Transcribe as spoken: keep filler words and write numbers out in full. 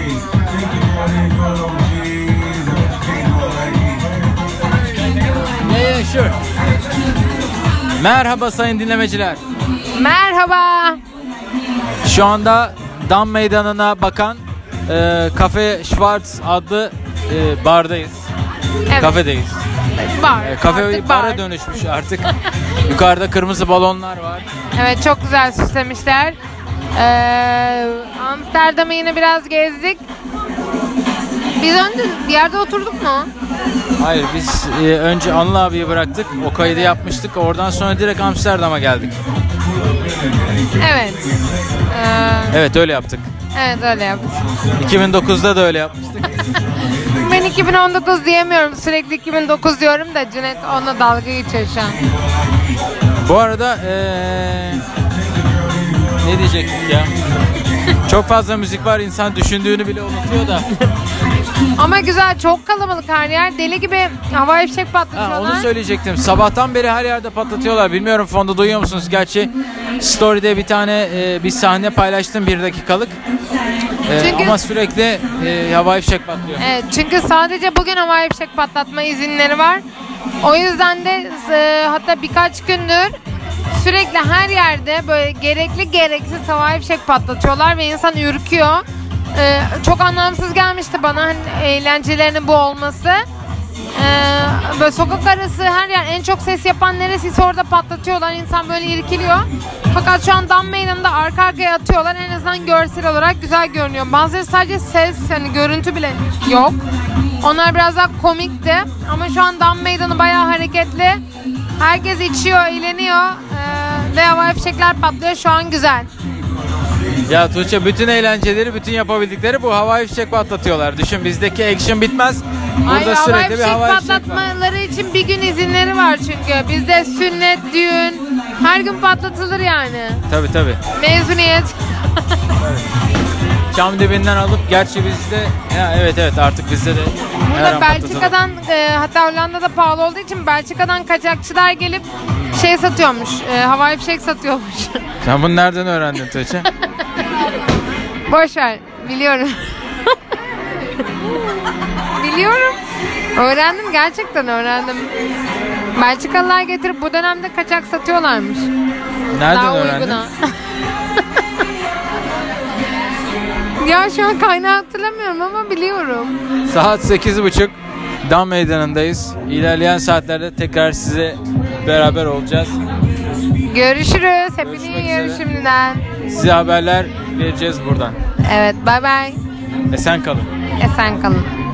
Yeah, yeah, sure. Merhaba sayın dinlemeciler. Merhaba. Şu anda Dam Meydanı'na bakan e, Cafe Schwarz adlı e, bardayız. Evet. Kafedeyiz. Bar. E, kafe Artık bara bar. dönüşmüş artık. Yukarıda kırmızı balonlar var. Evet, çok güzel süslemişler. Ee, Amsterdam'ı yine biraz gezdik. Biz önce bir yerde oturduk mu? Hayır, biz e, önce Anıl abiyi bıraktık. O kaydı yapmıştık. Oradan sonra direkt Amsterdam'a geldik. Evet. Ee, Evet, öyle yaptık. evet öyle yaptık. iki bin dokuzda da öyle yapmıştık. Ben iki bin on dokuz diyemiyorum. Sürekli iki bin dokuz diyorum da Cüneyt onunla dalga geçiyor şu an. Bu arada ee, ne diyecektik ya? Çok fazla müzik var, insan düşündüğünü bile unutuyor da. Ama güzel, çok kalabalık her yer. Deli gibi havai fişek patlatıyorlar. Ha, onu söyleyecektim. Sabahtan beri her yerde patlatıyorlar. Bilmiyorum, fonda duyuyor musunuz? Gerçi story'de bir tane e, bir sahne paylaştım, bir dakikalık. E, Çünkü- ama sürekli e, havai fişek patlıyor. Evet, çünkü sadece bugün havai fişek patlatma izinleri var. O yüzden de e, hatta birkaç gündür sürekli her yerde böyle gerekli gereksiz havai fişek patlatıyorlar ve insan ürküyor. E, çok anlamsız gelmişti bana hani eğlencelerinin bu olması. E, böyle sokak arası her yer, en çok ses yapan neresiyse orada patlatıyorlar. İnsan böyle irkiliyor. Fakat şu an Dam Meydanı'nda arka arkaya atıyorlar. En azından görsel olarak güzel görünüyor. Bazıları sadece ses, hani görüntü bile yok. Onlar biraz daha komikti. Ama şu an Dam Meydanı bayağı hareketli. Herkes içiyor, eğleniyor. Ee, ve havai fişekler patlıyor. Şu an güzel. Ya Tuğçe, bütün eğlenceleri, bütün yapabildikleri bu havai fişek patlatıyorlar. Düşün, bizdeki action bitmez. Burada Hayır, havai sürekli bir fişek havai fişek var. patlatmaları için bir gün izinleri var çünkü. Bizde sünnet, düğün her gün patlatılır yani. Tabii tabii. Mezuniyet. Çam dibinden alıp, gerçi bizde ya evet evet artık bizde de her Burada an patlatılır. Belçika'dan e, hatta Hollanda'da pahalı olduğu için Belçika'dan kaçakçılar gelip şey satıyormuş. E, havai fişek satıyormuş. Sen bunu nereden öğrendin Tuğçe? Boş ver. Biliyorum. Biliyorum. Öğrendim. Gerçekten öğrendim. Belçikalılar getirip bu dönemde kaçak satıyorlarmış. Nereden Daha öğrendin? uyguna. Ya şu an kaynağı hatırlamıyorum ama biliyorum. Saat sekiz buçuk, Dam Meydanı'ndayız. İlerleyen saatlerde tekrar size beraber olacağız. Görüşürüz. Hepinize Görüşmek iyi üzere. şimdiden. Size haberler vereceğiz buradan. Evet. Bay bay. Esen kalın. Esen kalın.